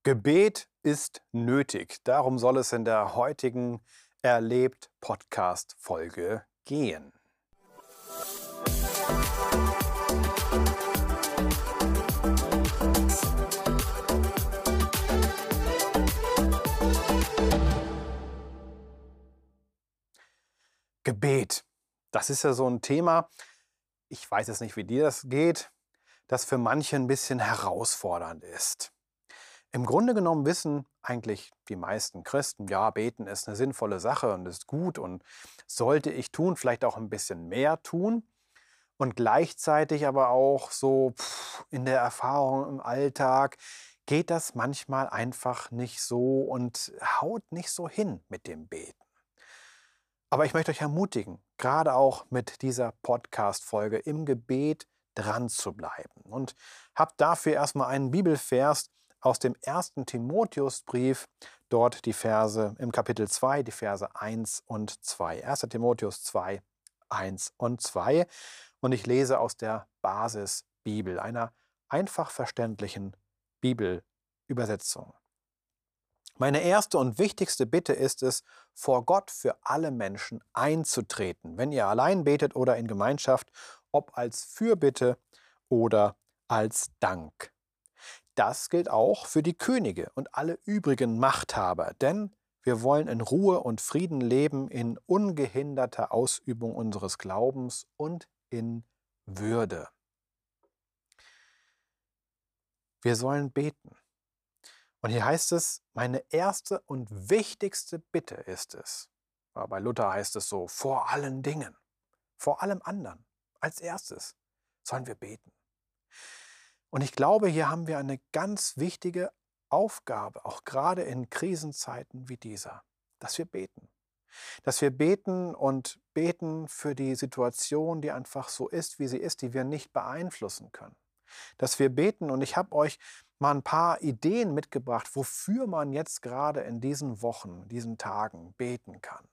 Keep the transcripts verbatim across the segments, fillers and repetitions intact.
Gebet ist nötig. Darum soll es in der heutigen Erlebt-Podcast-Folge gehen. Gebet, das ist ja so ein Thema, ich weiß jetzt nicht, wie dir das geht, das für manche ein bisschen herausfordernd ist. Im Grunde genommen wissen eigentlich die meisten Christen, ja, beten ist eine sinnvolle Sache und ist gut und sollte ich tun, vielleicht auch ein bisschen mehr tun. Und gleichzeitig aber auch so pff, in der Erfahrung im Alltag geht das manchmal einfach nicht so und haut nicht so hin mit dem Beten. Aber ich möchte euch ermutigen, gerade auch mit dieser Podcast-Folge im Gebet dran zu bleiben. Und habe dafür erstmal einen Bibelvers aus dem ersten Timotheusbrief, dort die Verse im Kapitel zwei, die Verse eins und zwei. erster Timotheus zwei, eins und zwei. Und ich lese aus der Basisbibel, einer einfach verständlichen Bibelübersetzung. Meine erste und wichtigste Bitte ist es, vor Gott für alle Menschen einzutreten, wenn ihr allein betet oder in Gemeinschaft, ob als Fürbitte oder als Dank. Das gilt auch für die Könige und alle übrigen Machthaber, denn wir wollen in Ruhe und Frieden leben, in ungehinderter Ausübung unseres Glaubens und in Würde. Wir sollen beten. Und hier heißt es, meine erste und wichtigste Bitte ist es. Aber bei Luther heißt es so, vor allen Dingen, vor allem anderen, als erstes sollen wir beten. Und ich glaube, hier haben wir eine ganz wichtige Aufgabe, auch gerade in Krisenzeiten wie dieser, dass wir beten. Dass wir beten und beten für die Situation, die einfach so ist, wie sie ist, die wir nicht beeinflussen können. Dass wir beten, und ich habe euch mal ein paar Ideen mitgebracht, wofür man jetzt gerade in diesen Wochen, diesen Tagen beten kann.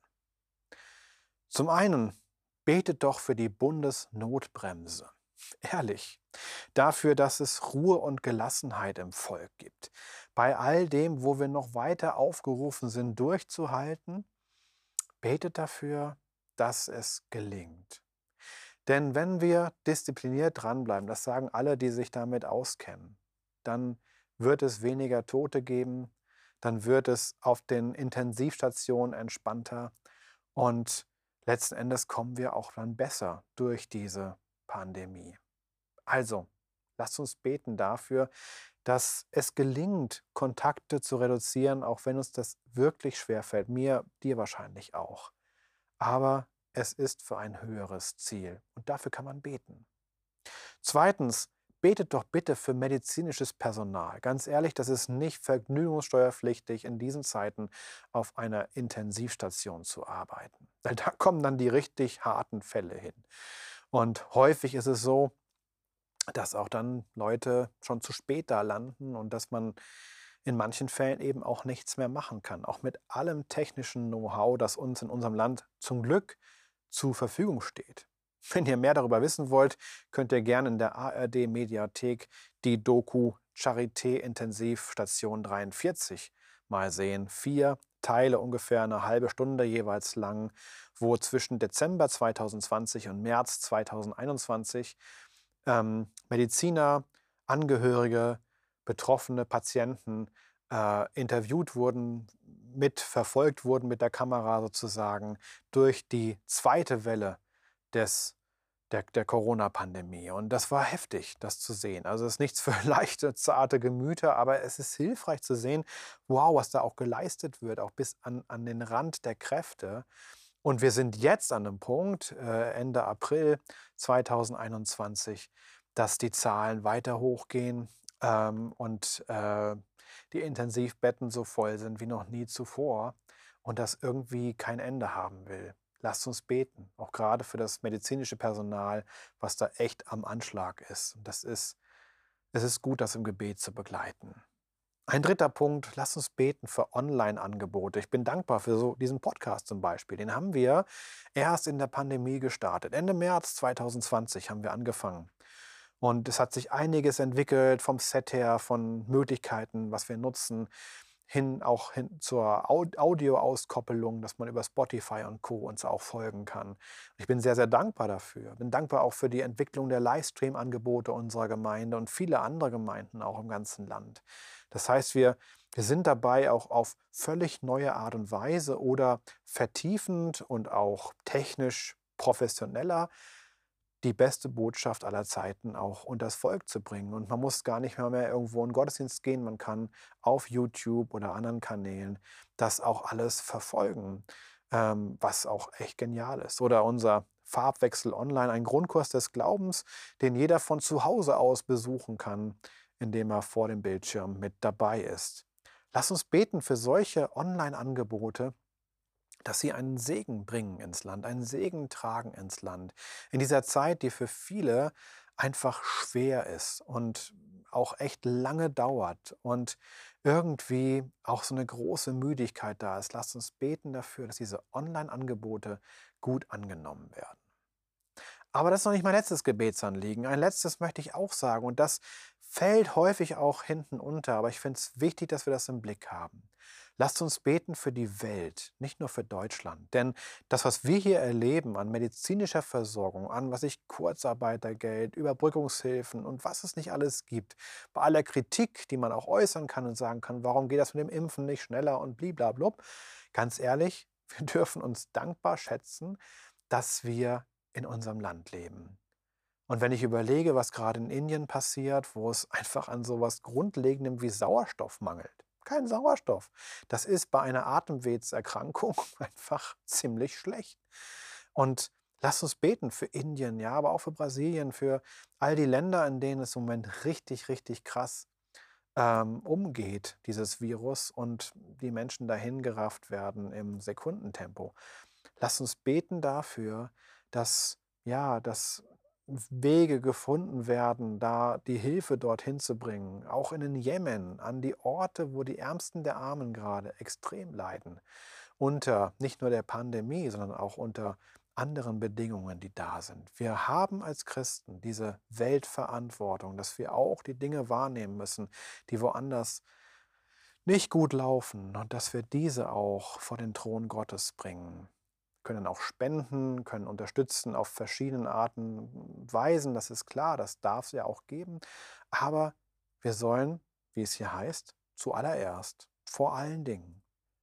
Zum einen, betet doch für die Bundesnotbremse. Ehrlich, dafür, dass es Ruhe und Gelassenheit im Volk gibt. Bei all dem, wo wir noch weiter aufgerufen sind, durchzuhalten, betet dafür, dass es gelingt. Denn wenn wir diszipliniert dranbleiben, das sagen alle, die sich damit auskennen, dann wird es weniger Tote geben, dann wird es auf den Intensivstationen entspannter und letzten Endes kommen wir auch dann besser durch diese Pandemie. Also, lasst uns beten dafür, dass es gelingt, Kontakte zu reduzieren, auch wenn uns das wirklich schwerfällt, mir, dir wahrscheinlich auch. Aber es ist für ein höheres Ziel und dafür kann man beten. Zweitens, betet doch bitte für medizinisches Personal. Ganz ehrlich, das ist nicht vergnügungssteuerpflichtig, in diesen Zeiten auf einer Intensivstation zu arbeiten. Weil da kommen dann die richtig harten Fälle hin. Und häufig ist es so, dass auch dann Leute schon zu spät da landen und dass man in manchen Fällen eben auch nichts mehr machen kann. Auch mit allem technischen Know-how, das uns in unserem Land zum Glück zur Verfügung steht. Wenn ihr mehr darüber wissen wollt, könnt ihr gerne in der A R D-Mediathek die Doku Charité Intensivstation dreiundvierzig mal sehen. Vier Teile, ungefähr eine halbe Stunde jeweils lang, wo zwischen Dezember zweitausendzwanzig und März zweitausendeinundzwanzig ähm, Mediziner, Angehörige, betroffene Patienten äh, interviewt wurden, mitverfolgt wurden mit der Kamera sozusagen durch die zweite Welle des, der, der Corona-Pandemie. Und das war heftig, das zu sehen. Also es ist nichts für leichte, zarte Gemüter, aber es ist hilfreich zu sehen, wow, was da auch geleistet wird, auch bis an, an den Rand der Kräfte. Und wir sind jetzt an einem Punkt, äh, Ende April zweitausendeinundzwanzig, dass die Zahlen weiter hochgehen ähm, und äh, die Intensivbetten so voll sind wie noch nie zuvor und das irgendwie kein Ende haben will. Lasst uns beten, auch gerade für das medizinische Personal, was da echt am Anschlag ist. Und das ist, es ist gut, das im Gebet zu begleiten. Ein dritter Punkt, lasst uns beten für Online-Angebote. Ich bin dankbar für so diesen Podcast zum Beispiel. Den haben wir erst in der Pandemie gestartet. Ende März zweitausendzwanzig haben wir angefangen. Und es hat sich einiges entwickelt vom Set her, von Möglichkeiten, was wir nutzen, hin auch hin zur Au Audioauskoppelung, dass man über Spotify und Co. uns auch folgen kann. Ich bin sehr, sehr dankbar dafür. Bin dankbar auch für die Entwicklung der Livestream-Angebote unserer Gemeinde und viele andere Gemeinden auch im ganzen Land. Das heißt, wir, wir sind dabei, auch auf völlig neue Art und Weise oder vertiefend und auch technisch professioneller die beste Botschaft aller Zeiten auch unters Volk zu bringen. Und man muss gar nicht mehr, mehr irgendwo in den Gottesdienst gehen. Man kann auf YouTube oder anderen Kanälen das auch alles verfolgen, ähm, was auch echt genial ist. Oder unser Farbwechsel online, ein Grundkurs des Glaubens, den jeder von zu Hause aus besuchen kann, indem er vor dem Bildschirm mit dabei ist. Lass uns beten für solche Online-Angebote, dass sie einen Segen bringen ins Land, einen Segen tragen ins Land. In dieser Zeit, die für viele einfach schwer ist und auch echt lange dauert und irgendwie auch so eine große Müdigkeit da ist. Lasst uns beten dafür, dass diese Online-Angebote gut angenommen werden. Aber das ist noch nicht mein letztes Gebetsanliegen. Ein letztes möchte ich auch sagen und das fällt häufig auch hinten unter, aber ich finde es wichtig, dass wir das im Blick haben. Lasst uns beten für die Welt, nicht nur für Deutschland. Denn das, was wir hier erleben an medizinischer Versorgung, an was ich Kurzarbeitergeld, Überbrückungshilfen und was es nicht alles gibt, bei aller Kritik, die man auch äußern kann und sagen kann, warum geht das mit dem Impfen nicht schneller und bliblablub, ganz ehrlich, wir dürfen uns dankbar schätzen, dass wir in unserem Land leben. Und wenn ich überlege, was gerade in Indien passiert, wo es einfach an so was Grundlegendem wie Sauerstoff mangelt. Kein Sauerstoff. Das ist bei einer Atemwegserkrankung einfach ziemlich schlecht. Und lasst uns beten für Indien, ja, aber auch für Brasilien, für all die Länder, in denen es im Moment richtig, richtig krass ähm, umgeht, dieses Virus, und die Menschen dahin gerafft werden im Sekundentempo. Lasst uns beten dafür, dass, ja, dass Wege gefunden werden, da die Hilfe dorthin zu bringen, auch in den Jemen, an die Orte, wo die Ärmsten der Armen gerade extrem leiden, unter nicht nur der Pandemie, sondern auch unter anderen Bedingungen, die da sind. Wir haben als Christen diese Weltverantwortung, dass wir auch die Dinge wahrnehmen müssen, die woanders nicht gut laufen, und dass wir diese auch vor den Thron Gottes bringen. Können auch spenden, können unterstützen auf verschiedene Arten und Weisen, das ist klar, das darf es ja auch geben. Aber wir sollen, wie es hier heißt, zuallererst, vor allen Dingen,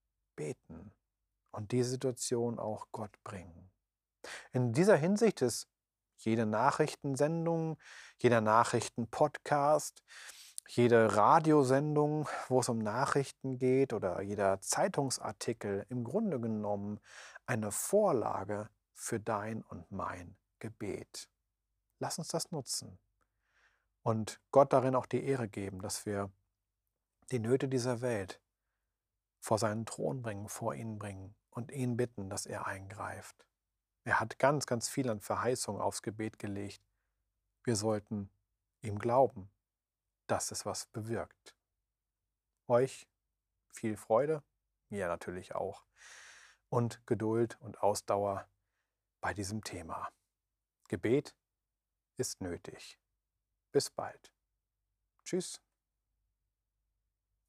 beten und diese Situation auch Gott bringen. In dieser Hinsicht ist jede Nachrichtensendung, jeder Nachrichtenpodcast, jede Radiosendung, wo es um Nachrichten geht, oder jeder Zeitungsartikel im Grunde genommen eine Vorlage für dein und mein Gebet. Lass uns das nutzen und Gott darin auch die Ehre geben, dass wir die Nöte dieser Welt vor seinen Thron bringen, vor ihn bringen und ihn bitten, dass er eingreift. Er hat ganz, ganz viel an Verheißungen aufs Gebet gelegt. Wir sollten ihm glauben, dass es was bewirkt. Euch viel Freude, mir natürlich auch, und Geduld und Ausdauer bei diesem Thema. Gebet ist nötig. Bis bald. Tschüss.